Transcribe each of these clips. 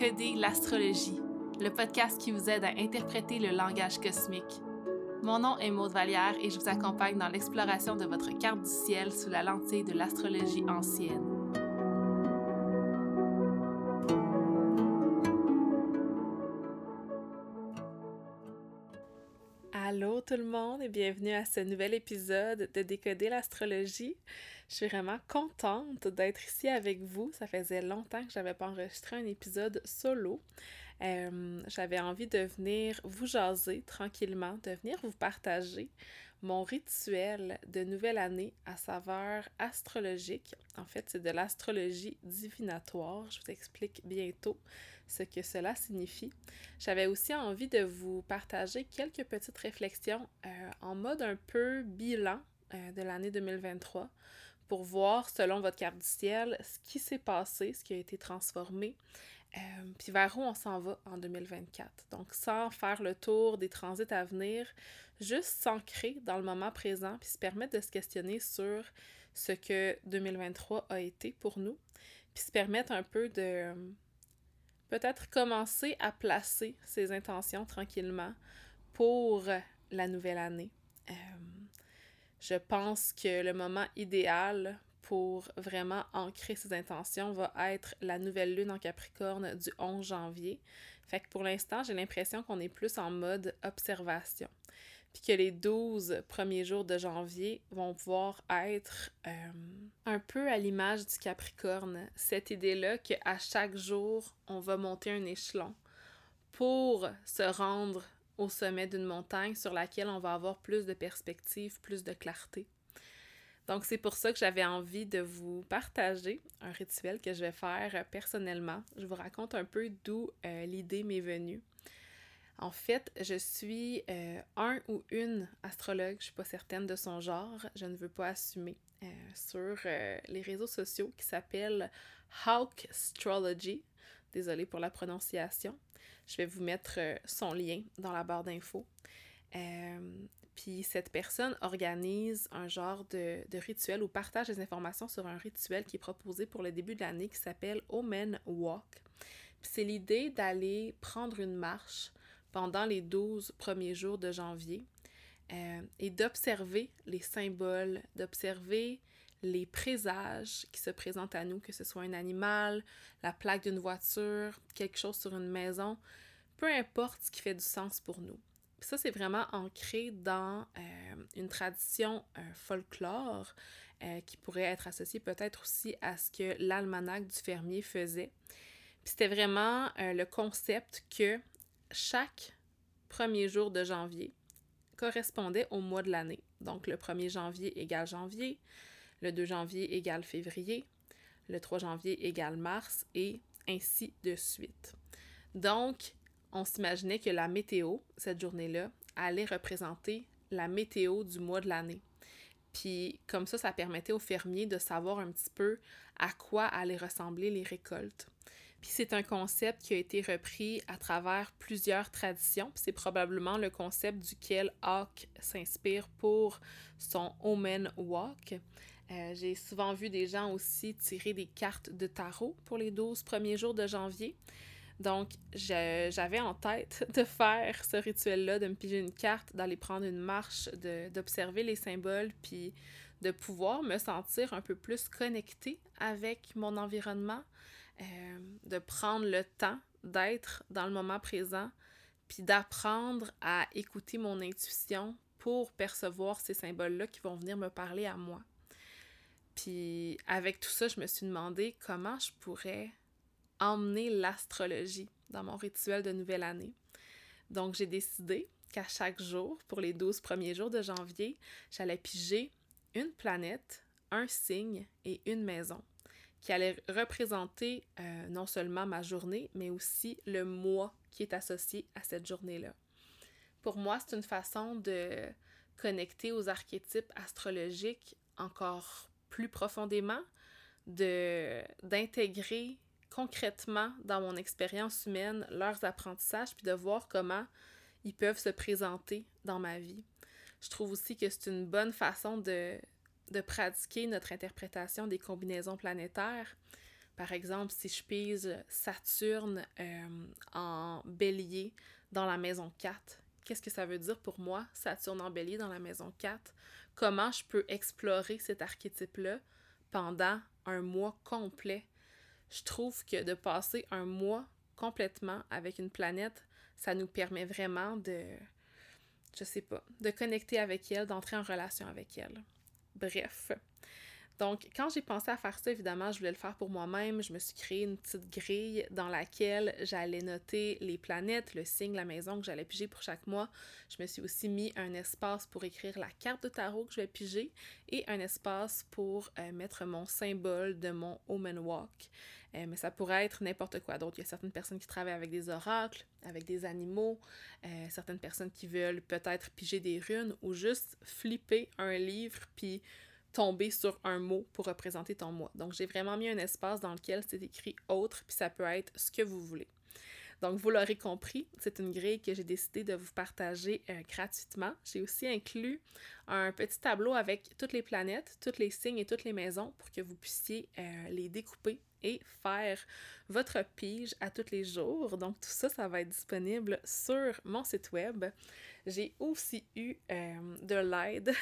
Décoder l'astrologie, le podcast qui vous aide à interpréter le langage cosmique. Mon nom est Maude Vallière et je vous accompagne dans l'exploration de votre carte du ciel sous la lentille de l'astrologie ancienne. Allô tout le monde et bienvenue à ce nouvel épisode de Décoder l'astrologie. Je suis vraiment contente d'être ici avec vous. Ça faisait longtemps que j'avais pas enregistré un épisode solo. J'avais envie de venir vous jaser tranquillement, de venir vous partager mon rituel de nouvelle année à saveur astrologique. En fait, c'est de l'astrologie divinatoire. Je vous explique bientôt ce que cela signifie. J'avais aussi envie de vous partager quelques petites réflexions en mode un peu bilan de l'année 2023 pour voir, selon votre carte du ciel, ce qui s'est passé, ce qui a été transformé, puis vers où on s'en va en 2024. Donc, sans faire le tour des transits à venir, juste s'ancrer dans le moment présent, puis se permettre de se questionner sur ce que 2023 a été pour nous, puis se permettre un peu de peut-être commencer à placer ses intentions tranquillement pour la nouvelle année. Je pense que le moment idéal pour vraiment ancrer ses intentions va être la nouvelle lune en Capricorne du 11 janvier. Fait que pour l'instant, j'ai l'impression qu'on est plus en mode observation. Puis que les 12 premiers jours de janvier vont pouvoir être un peu à l'image du Capricorne. Cette idée-là qu'à chaque jour, on va monter un échelon pour se rendre au sommet d'une montagne sur laquelle on va avoir plus de perspectives, plus de clarté. Donc, c'est pour ça que j'avais envie de vous partager un rituel que je vais faire personnellement. Je vous raconte un peu d'où l'idée m'est venue. En fait, je suis un ou une astrologue, je suis pas certaine de son genre, je ne veux pas assumer, sur les réseaux sociaux qui s'appelle Hawkstrology. Désolée pour la prononciation. Je vais vous mettre son lien dans la barre d'infos. Puis cette personne organise un genre de rituel ou partage des informations sur un rituel qui est proposé pour le début de l'année qui s'appelle Omen Walk. Puis c'est l'idée d'aller prendre une marche pendant les 12 premiers jours de janvier et d'observer les symboles, d'observer les présages qui se présentent à nous, que ce soit un animal, la plaque d'une voiture, quelque chose sur une maison, peu importe ce qui fait du sens pour nous. Puis ça, c'est vraiment ancré dans une tradition folklore qui pourrait être associée peut-être aussi à ce que l'almanach du fermier faisait. Puis c'était vraiment le concept que chaque premier jour de janvier correspondait au mois de l'année. Donc le 1er janvier égale janvier, le 2 janvier égale février, le 3 janvier égale mars et ainsi de suite. Donc, on s'imaginait que la météo, cette journée-là, allait représenter la météo du mois de l'année. Puis comme ça permettait aux fermiers de savoir un petit peu à quoi allaient ressembler les récoltes. Puis c'est un concept qui a été repris à travers plusieurs traditions, puis c'est probablement le concept duquel Hawk s'inspire pour son Omen Walk. J'ai souvent vu des gens aussi tirer des cartes de tarot pour les 12 premiers jours de janvier. Donc, j'avais en tête de faire ce rituel-là, de me piger une carte, d'aller prendre une marche, d'observer les symboles, puis de pouvoir me sentir un peu plus connectée avec mon environnement, de prendre le temps d'être dans le moment présent, puis d'apprendre à écouter mon intuition pour percevoir ces symboles-là qui vont venir me parler à moi. Puis avec tout ça, je me suis demandé comment je pourrais emmener l'astrologie dans mon rituel de nouvelle année. Donc, j'ai décidé qu'à chaque jour, pour les 12 premiers jours de janvier, j'allais piger une planète, un signe et une maison qui allait représenter non seulement ma journée, mais aussi le mois qui est associé à cette journée-là. Pour moi, c'est une façon de connecter aux archétypes astrologiques encore plus profondément, d'intégrer concrètement dans mon expérience humaine leurs apprentissages puis de voir comment ils peuvent se présenter dans ma vie. Je trouve aussi que c'est une bonne façon de pratiquer notre interprétation des combinaisons planétaires Par exemple, si je pise Saturne en bélier dans la maison 4, qu'est-ce que ça veut dire pour moi, Saturne en bélier dans la maison 4? Comment je peux explorer cet archétype-là pendant un mois complet? Je trouve que de passer un mois complètement avec une planète, ça nous permet vraiment je sais pas, de connecter avec elle, d'entrer en relation avec elle. Bref. Donc, quand j'ai pensé à faire ça, évidemment, je voulais le faire pour moi-même. Je me suis créé une petite grille dans laquelle j'allais noter les planètes, le signe, la maison que j'allais piger pour chaque mois. Je me suis aussi mis un espace pour écrire la carte de tarot que je vais piger et un espace pour mettre mon symbole de mon Omen Walk. Mais ça pourrait être n'importe quoi d'autre. Il y a certaines personnes qui travaillent avec des oracles, avec des animaux, certaines personnes qui veulent peut-être piger des runes ou juste flipper un livre puis tomber sur un mot pour représenter ton mois. Donc, j'ai vraiment mis un espace dans lequel c'est écrit « autre », puis ça peut être ce que vous voulez. Donc, vous l'aurez compris, c'est une grille que j'ai décidé de vous partager gratuitement. J'ai aussi inclus un petit tableau avec toutes les planètes, tous les signes et toutes les maisons pour que vous puissiez les découper et faire votre pige à tous les jours. Donc, tout ça, ça va être disponible sur mon site web. J'ai aussi eu de l'aide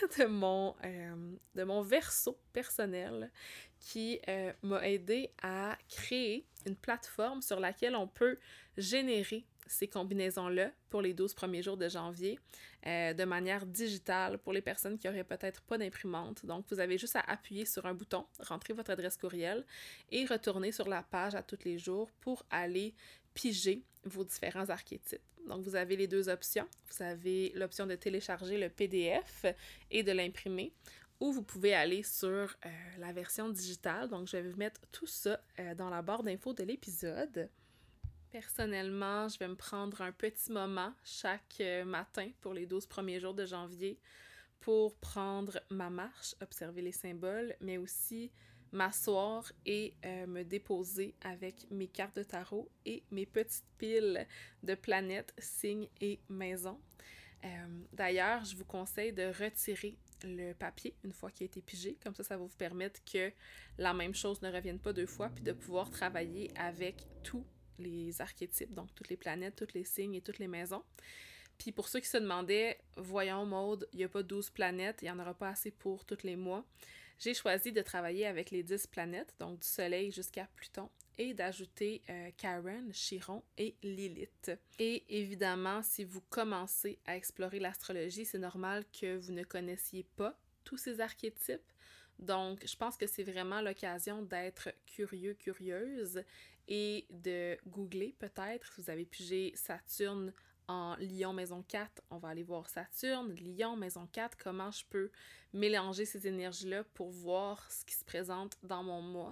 de mon verso personnel qui m'a aidé à créer une plateforme sur laquelle on peut générer ces combinaisons-là pour les 12 premiers jours de janvier de manière digitale pour les personnes qui n'auraient peut-être pas d'imprimante. Donc, vous avez juste à appuyer sur un bouton, rentrer votre adresse courriel et retourner sur la page à tous les jours pour aller piger vos différents archétypes. Donc, vous avez les deux options. Vous avez l'option de télécharger le PDF et de l'imprimer, ou vous pouvez aller sur la version digitale. Donc, je vais vous mettre tout ça dans la barre d'infos de l'épisode. Personnellement, je vais me prendre un petit moment chaque matin pour les 12 premiers jours de janvier pour prendre ma marche, observer les symboles, mais aussi m'asseoir et me déposer avec mes cartes de tarot et mes petites piles de planètes, signes et maisons. D'ailleurs, je vous conseille de retirer le papier une fois qu'il a été pigé. Comme ça va vous permettre que la même chose ne revienne pas deux fois, puis de pouvoir travailler avec tous les archétypes, donc toutes les planètes, tous les signes et toutes les maisons. Puis pour ceux qui se demandaient, voyons Maude, il n'y a pas 12 planètes, il n'y en aura pas assez pour tous les mois. J'ai choisi de travailler avec les 10 planètes, donc du Soleil jusqu'à Pluton, et d'ajouter Karen, Chiron et Lilith. Et évidemment, si vous commencez à explorer l'astrologie, c'est normal que vous ne connaissiez pas tous ces archétypes. Donc, je pense que c'est vraiment l'occasion d'être curieux, curieuse et de googler peut-être. Si vous avez pigé Saturne en Lion maison 4, on va aller voir Saturne, Lion maison 4, comment je peux mélanger ces énergies-là pour voir ce qui se présente dans mon mois.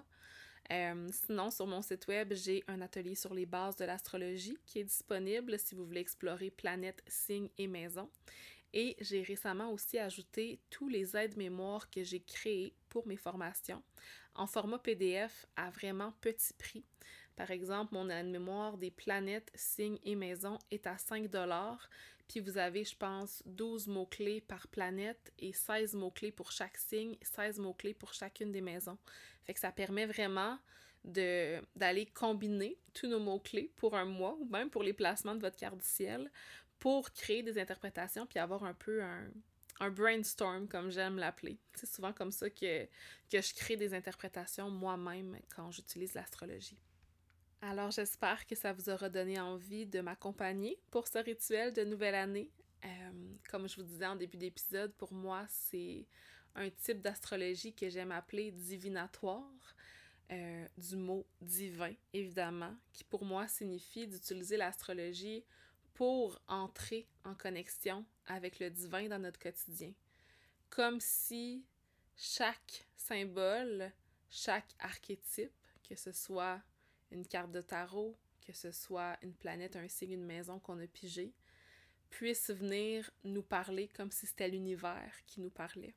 Sinon, sur mon site web, j'ai un atelier sur les bases de l'astrologie qui est disponible si vous voulez explorer planètes, signes et maisons. Et j'ai récemment aussi ajouté tous les aides-mémoires que j'ai créés pour mes formations en format PDF à vraiment petit prix. Par exemple, mon aide-mémoire des planètes, signes et maisons est à 5$. Puis vous avez, je pense, 12 mots-clés par planète et 16 mots-clés pour chaque signe, 16 mots-clés pour chacune des maisons. Fait que ça permet vraiment d'aller combiner tous nos mots-clés pour un mois ou même pour les placements de votre carte du ciel pour créer des interprétations puis avoir un peu un brainstorm, comme j'aime l'appeler. C'est souvent comme ça que je crée des interprétations moi-même quand j'utilise l'astrologie. Alors, j'espère que ça vous aura donné envie de m'accompagner pour ce rituel de nouvelle année. Comme je vous disais en début d'épisode, pour moi, c'est un type d'astrologie que j'aime appeler divinatoire, du mot divin, évidemment, qui pour moi signifie d'utiliser l'astrologie pour entrer en connexion avec le divin dans notre quotidien. Comme si chaque symbole, chaque archétype, que ce soit une carte de tarot, que ce soit une planète, un signe, une maison qu'on a pigé, puisse venir nous parler comme si c'était l'univers qui nous parlait.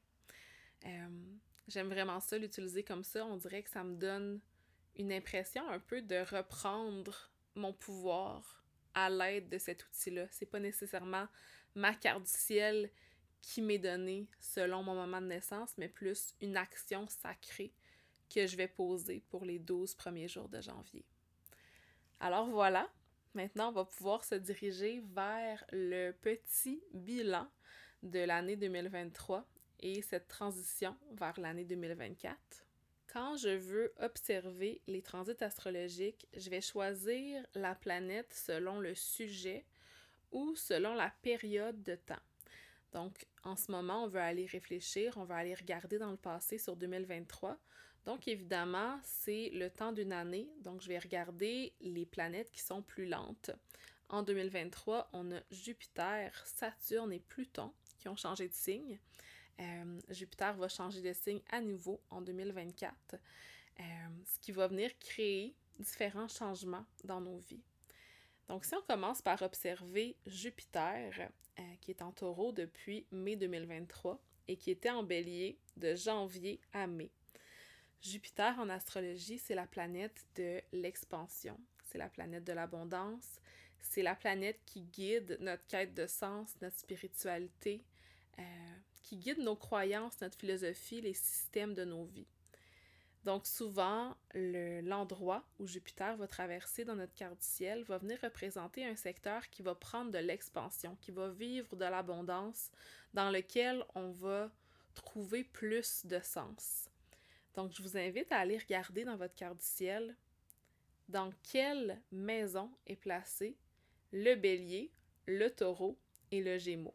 J'aime vraiment ça, l'utiliser comme ça. On dirait que ça me donne une impression un peu de reprendre mon pouvoir à l'aide de cet outil-là. C'est pas nécessairement ma carte du ciel qui m'est donnée selon mon moment de naissance, mais plus une action sacrée que je vais poser pour les 12 premiers jours de janvier. Alors voilà, maintenant on va pouvoir se diriger vers le petit bilan de l'année 2023 et cette transition vers l'année 2024. Quand je veux observer les transits astrologiques, je vais choisir la planète selon le sujet ou selon la période de temps. Donc, en ce moment, on veut aller réfléchir, on va aller regarder dans le passé sur 2023. Donc, évidemment, c'est le temps d'une année. Donc, je vais regarder les planètes qui sont plus lentes. En 2023, on a Jupiter, Saturne et Pluton qui ont changé de signe. Jupiter va changer de signe à nouveau en 2024, ce qui va venir créer différents changements dans nos vies. Donc, si on commence par observer Jupiter, qui est en Taureau depuis mai 2023 et qui était en Bélier de janvier à mai. Jupiter en astrologie, c'est la planète de l'expansion, c'est la planète de l'abondance, c'est la planète qui guide notre quête de sens, notre spiritualité, qui guide nos croyances, notre philosophie, les systèmes de nos vies. Donc souvent, l'endroit où Jupiter va traverser dans notre carte du ciel va venir représenter un secteur qui va prendre de l'expansion, qui va vivre de l'abondance, dans lequel on va trouver plus de sens. Donc je vous invite à aller regarder dans votre carte du ciel dans quelle maison est placé le Bélier, le Taureau et le Gémeaux.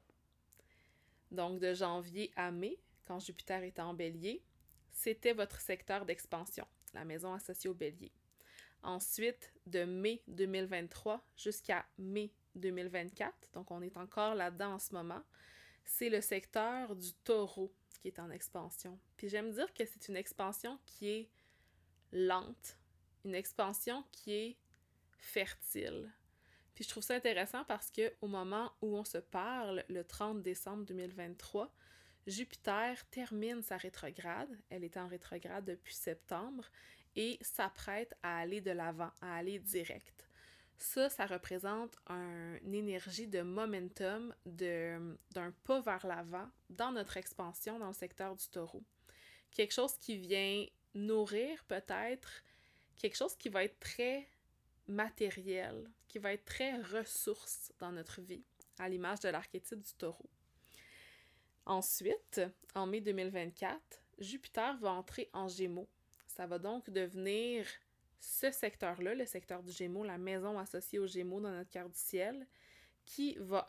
Donc de janvier à mai, quand Jupiter est en Bélier, c'était votre secteur d'expansion, la maison associée au Bélier. Ensuite, de mai 2023 jusqu'à mai 2024, donc on est encore là-dedans en ce moment, c'est le secteur du Taureau qui est en expansion. Puis j'aime dire que c'est une expansion qui est lente, une expansion qui est fertile. Puis je trouve ça intéressant parce qu'au moment où on se parle, le 30 décembre 2023, Jupiter termine sa rétrograde. Elle était en rétrograde depuis septembre et s'apprête à aller de l'avant, à aller direct. Ça représente une énergie de momentum, d'un pas vers l'avant dans notre expansion dans le secteur du Taureau. Quelque chose qui vient nourrir peut-être, quelque chose qui va être très matériel, qui va être très ressource dans notre vie, à l'image de l'archétype du Taureau. Ensuite, en mai 2024, Jupiter va entrer en Gémeaux. Ça va donc devenir ce secteur-là, le secteur du Gémeaux, la maison associée aux Gémeaux dans notre carte du ciel, qui va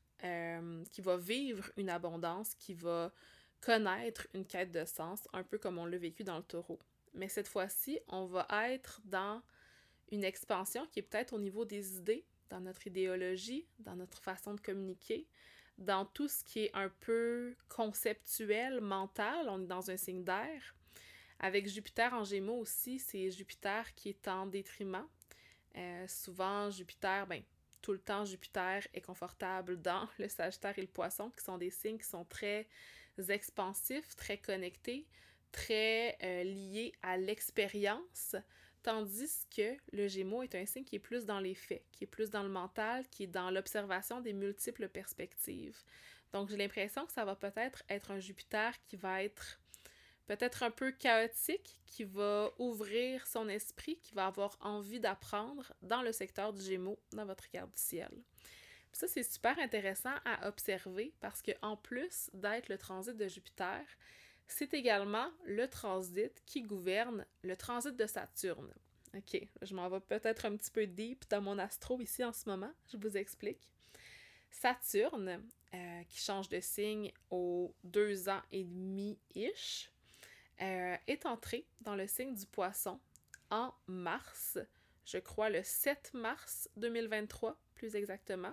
vivre une abondance, qui va connaître une quête de sens, un peu comme on l'a vécu dans le Taureau. Mais cette fois-ci, on va être dans une expansion qui est peut-être au niveau des idées, dans notre idéologie, dans notre façon de communiquer, dans tout ce qui est un peu conceptuel, mental. On est dans un signe d'air. Avec Jupiter en Gémeaux aussi, c'est Jupiter qui est en détriment. Souvent, Jupiter, tout le temps, Jupiter est confortable dans le Sagittaire et le Poisson, qui sont des signes qui sont très expansifs, très connectés, très liés à l'expérience, tandis que le Gémeaux est un signe qui est plus dans les faits, qui est plus dans le mental, qui est dans l'observation des multiples perspectives. Donc, j'ai l'impression que ça va peut-être être un Jupiter qui va être peut-être un peu chaotique, qui va ouvrir son esprit, qui va avoir envie d'apprendre dans le secteur du Gémeaux, dans votre carte du ciel. Puis ça, c'est super intéressant à observer parce qu'en plus d'être le transit de Jupiter, c'est également le transit qui gouverne le transit de Saturne. OK, je m'en vais peut-être un petit peu deep dans mon astro ici en ce moment, je vous explique. Saturne, qui change de signe aux 2 ans et demi-ish, est entré dans le signe du Poisson en mars, je crois le 7 mars 2023, plus exactement.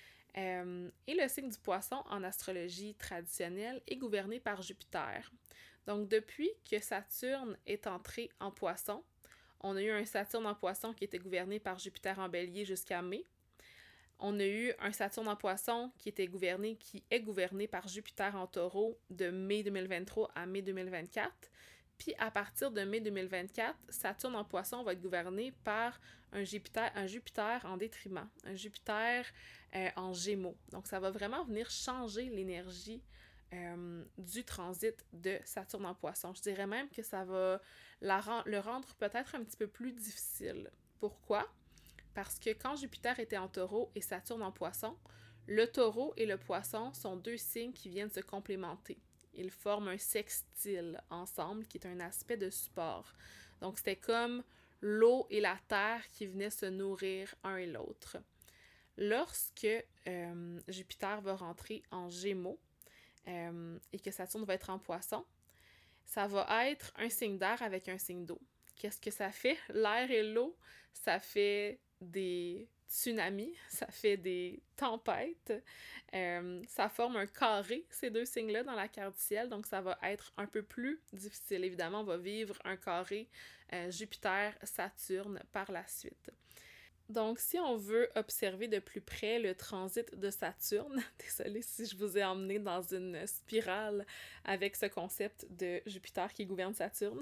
Et le signe du Poisson en astrologie traditionnelle est gouverné par Jupiter. Donc depuis que Saturne est entré en Poisson, on a eu un Saturne en Poisson qui était gouverné par Jupiter en Bélier jusqu'à mai. On a eu un Saturne en Poisson qui est gouverné par Jupiter en Taureau de mai 2023 à mai 2024. Puis à partir de mai 2024, Saturne en Poisson va être gouverné par un Jupiter en détriment, un Jupiter en Gémeaux. Donc ça va vraiment venir changer l'énergie du transit de Saturne en Poisson. Je dirais même que ça va le rendre peut-être un petit peu plus difficile. Pourquoi? Parce que quand Jupiter était en Taureau et Saturne en Poisson, le Taureau et le Poisson sont deux signes qui viennent se complémenter. Ils forment un sextile ensemble, qui est un aspect de support. Donc, c'était comme l'eau et la terre qui venaient se nourrir un et l'autre. Lorsque Jupiter va rentrer en Gémeaux et que Saturne va être en Poisson, ça va être un signe d'air avec un signe d'eau. Qu'est-ce que ça fait? L'air et l'eau, ça fait des tsunamis, ça fait des tempêtes, ça forme un carré, ces deux signes-là, dans la carte du ciel, donc ça va être un peu plus difficile. Évidemment, on va vivre un carré Jupiter-Saturne par la suite. Donc, si on veut observer de plus près le transit de Saturne, désolée si je vous ai emmené dans une spirale avec ce concept de Jupiter qui gouverne Saturne.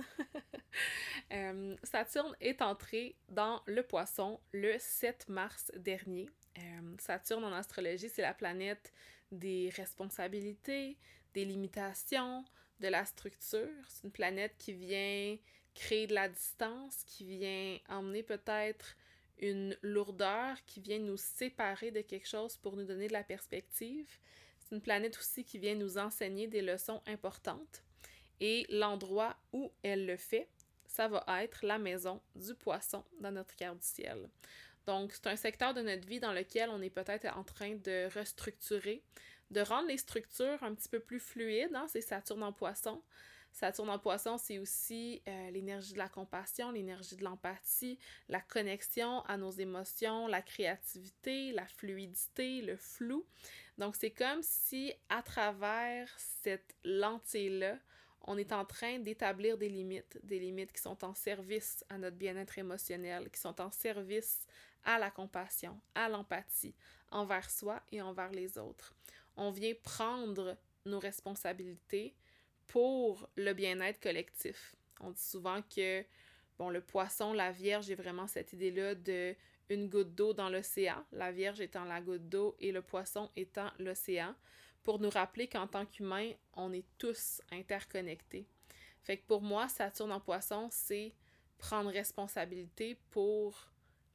Saturne est entré dans le Poisson le 7 mars dernier. Saturne en astrologie, c'est la planète des responsabilités, des limitations, de la structure. C'est une planète qui vient créer de la distance, qui vient emmener peut-être une lourdeur, qui vient nous séparer de quelque chose pour nous donner de la perspective. C'est une planète aussi qui vient nous enseigner des leçons importantes. Et l'endroit où elle le fait, ça va être la maison du Poisson dans notre carte du ciel. Donc, c'est un secteur de notre vie dans lequel on est peut-être en train de restructurer, de rendre les structures un petit peu plus fluides, hein? C'est Saturne en Poisson. Saturne en Poisson, c'est aussi l'énergie de la compassion, l'énergie de l'empathie, la connexion à nos émotions, la créativité, la fluidité, le flou. Donc, c'est comme si, à travers cette lentille-là, on est en train d'établir des limites qui sont en service à notre bien-être émotionnel, qui sont en service à la compassion, à l'empathie, envers soi et envers les autres. On vient prendre nos responsabilités pour le bien-être collectif. On dit souvent que, le Poisson, la Vierge, il y a vraiment cette idée-là de une goutte d'eau dans l'océan, la Vierge étant la goutte d'eau et le Poisson étant l'océan, pour nous rappeler qu'en tant qu'humains, on est tous interconnectés. Fait que pour moi, Saturne en Poisson, c'est prendre responsabilité pour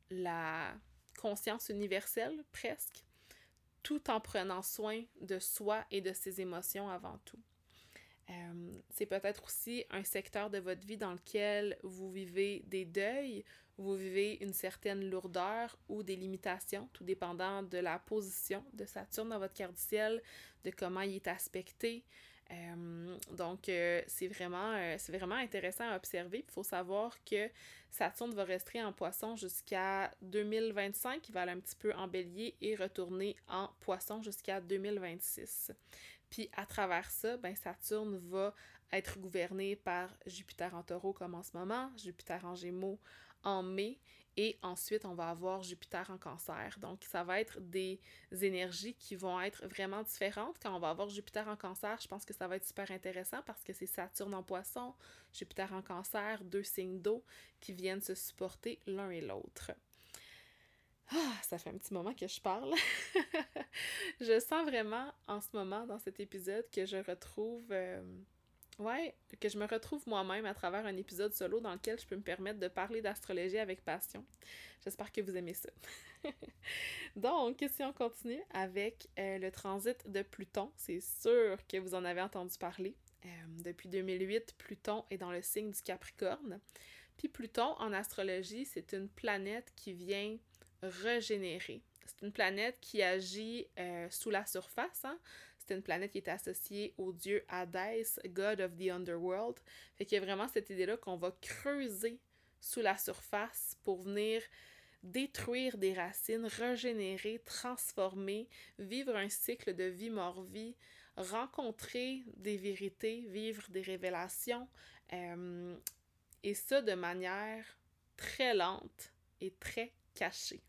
la conscience universelle, presque, tout en prenant soin de soi et de ses émotions avant tout. C'est peut-être aussi un secteur de votre vie dans lequel vous vivez des deuils, vous vivez une certaine lourdeur ou des limitations, tout dépendant de la position de Saturne dans votre carte du ciel, de comment il est aspecté. Donc, c'est vraiment intéressant à observer. Il faut savoir que Saturne va rester en Poisson jusqu'à 2025. Il va aller un petit peu en Bélier et retourner en Poisson jusqu'à 2026. Puis à travers ça, Saturne va être gouverné par Jupiter en Taureau comme en ce moment, Jupiter en Gémeaux en mai, et ensuite on va avoir Jupiter en Cancer. Donc ça va être des énergies qui vont être vraiment différentes. Quand on va avoir Jupiter en Cancer, je pense que ça va être super intéressant parce que c'est Saturne en Poisson, Jupiter en Cancer, deux signes d'eau qui viennent se supporter l'un et l'autre. Ça fait un petit moment que je parle. Je sens vraiment en ce moment, dans cet épisode, que je retrouve... que je me retrouve moi-même à travers un épisode solo dans lequel je peux me permettre de parler d'astrologie avec passion. J'espère que vous aimez ça. Donc, si on continue avec le transit de Pluton, c'est sûr que vous en avez entendu parler. Depuis 2008, Pluton est dans le signe du Capricorne. Puis Pluton, en astrologie, c'est une planète qui vient régénérer. C'est une planète qui agit sous la surface. Hein? C'est une planète qui est associée au dieu Hadès, God of the Underworld. Fait qu'il y a vraiment cette idée-là qu'on va creuser sous la surface pour venir détruire des racines, régénérer, transformer, vivre un cycle de vie-mort-vie, rencontrer des vérités, vivre des révélations, et ça de manière très lente et très cachée.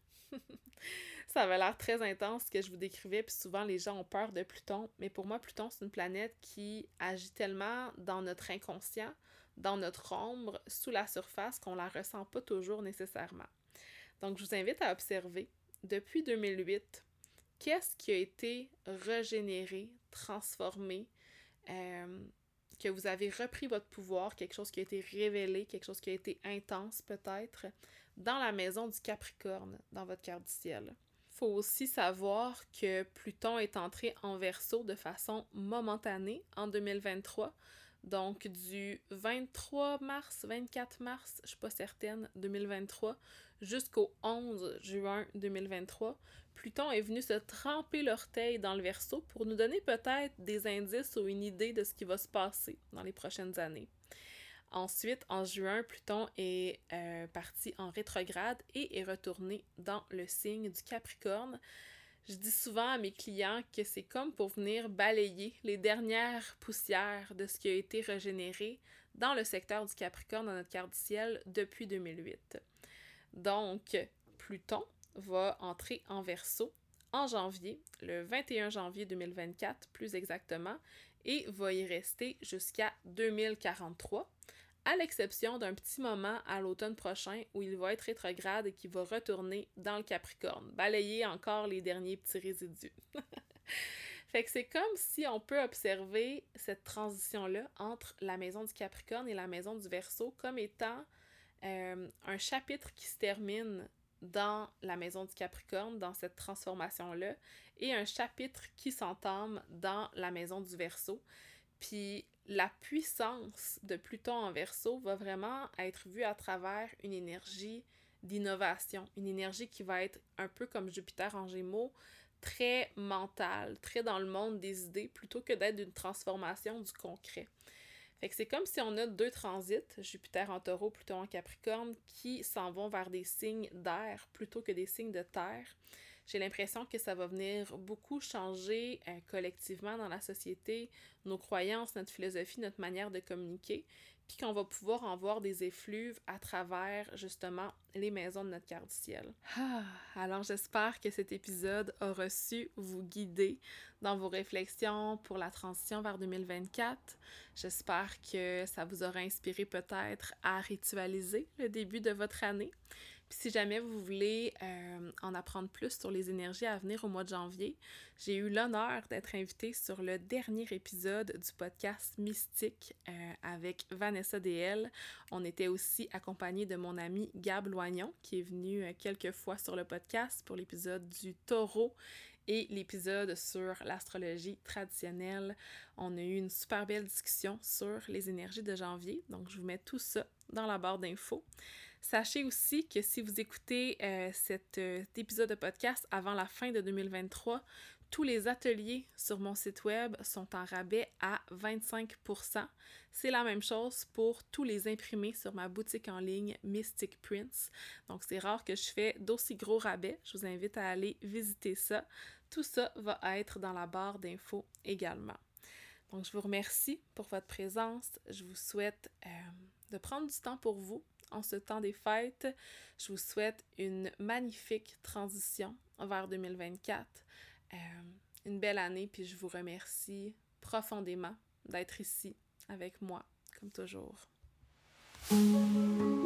Ça avait l'air très intense ce que je vous décrivais, puis souvent les gens ont peur de Pluton, mais pour moi, Pluton, c'est une planète qui agit tellement dans notre inconscient, dans notre ombre, sous la surface, qu'on la ressent pas toujours nécessairement. Donc, je vous invite à observer, depuis 2008, qu'est-ce qui a été régénéré, transformé, que vous avez repris votre pouvoir, quelque chose qui a été révélé, quelque chose qui a été intense peut-être, dans la maison du Capricorne, dans votre carte du ciel. Il faut aussi savoir que Pluton est entré en Verseau de façon momentanée en 2023, donc du 23 mars, 24 mars, je ne suis pas certaine, 2023, jusqu'au 11 juin 2023, Pluton est venu se tremper l'orteil dans le Verseau pour nous donner peut-être des indices ou une idée de ce qui va se passer dans les prochaines années. Ensuite, en juin, Pluton est parti en rétrograde et est retourné dans le signe du Capricorne. Je dis souvent à mes clients que c'est comme pour venir balayer les dernières poussières de ce qui a été régénéré dans le secteur du Capricorne dans notre carte du ciel depuis 2008. Donc, Pluton va entrer en Verseau en janvier, le 21 janvier 2024 plus exactement, et va y rester jusqu'à 2043, à l'exception d'un petit moment à l'automne prochain où il va être rétrograde et qui va retourner dans le Capricorne, balayer encore les derniers petits résidus. Fait que c'est comme si on peut observer cette transition-là entre la maison du Capricorne et la maison du Verseau comme étant un chapitre qui se termine dans la maison du Capricorne, dans cette transformation-là, et un chapitre qui s'entame dans la maison du Verseau. Puis la puissance de Pluton en Verseau va vraiment être vue à travers une énergie d'innovation, une énergie qui va être un peu comme Jupiter en Gémeaux, très mentale, très dans le monde des idées, plutôt que d'être une transformation du concret. Fait que c'est comme si on a deux transits, Jupiter en Taureau, Pluton en Capricorne, qui s'en vont vers des signes d'air plutôt que des signes de terre. J'ai l'impression que ça va venir beaucoup changer collectivement dans la société, nos croyances, notre philosophie, notre manière de communiquer, puis qu'on va pouvoir en voir des effluves à travers, justement, les maisons de notre carte du ciel. Alors j'espère que cet épisode aura su vous guider dans vos réflexions pour la transition vers 2024. J'espère que ça vous aura inspiré peut-être à ritualiser le début de votre année. Puis si jamais vous voulez en apprendre plus sur les énergies à venir au mois de janvier, j'ai eu l'honneur d'être invitée sur le dernier épisode du podcast Mystique avec Vanessa DL. On était aussi accompagné de mon ami Gab Loignon qui est venu quelques fois sur le podcast pour l'épisode du Taureau et l'épisode sur l'astrologie traditionnelle. On a eu une super belle discussion sur les énergies de janvier, donc je vous mets tout ça dans la barre d'infos. Sachez aussi que si vous écoutez cet épisode de podcast avant la fin de 2023, tous les ateliers sur mon site web sont en rabais à 25%. C'est la même chose pour tous les imprimés sur ma boutique en ligne Mystic Prints. Donc c'est rare que je fais d'aussi gros rabais. Je vous invite à aller visiter ça. Tout ça va être dans la barre d'infos également. Donc je vous remercie pour votre présence. Je vous souhaite de prendre du temps pour vous en ce temps des fêtes. Je vous souhaite une magnifique transition vers 2024. Une belle année, puis je vous remercie profondément d'être ici avec moi, comme toujours.